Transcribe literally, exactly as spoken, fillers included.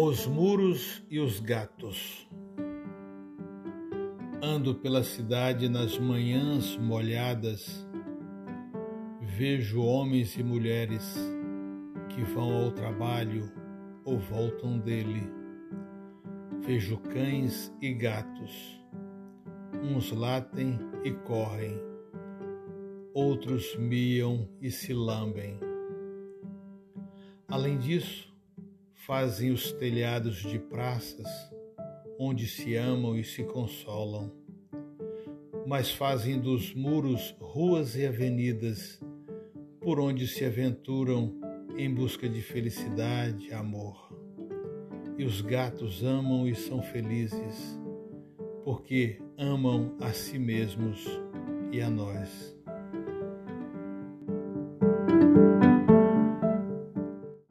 Os muros e os gatos. Ando pela cidade nas manhãs molhadas, vejo homens e mulheres que vão ao trabalho ou voltam dele. Vejo cães e gatos, uns latem e correm, outros miam e se lambem. Além disso, fazem os telhados de praças, onde se amam e se consolam, mas fazem dos muros ruas e avenidas, por onde se aventuram em busca de felicidade e amor. E os gatos amam e são felizes, porque amam a si mesmos e a nós.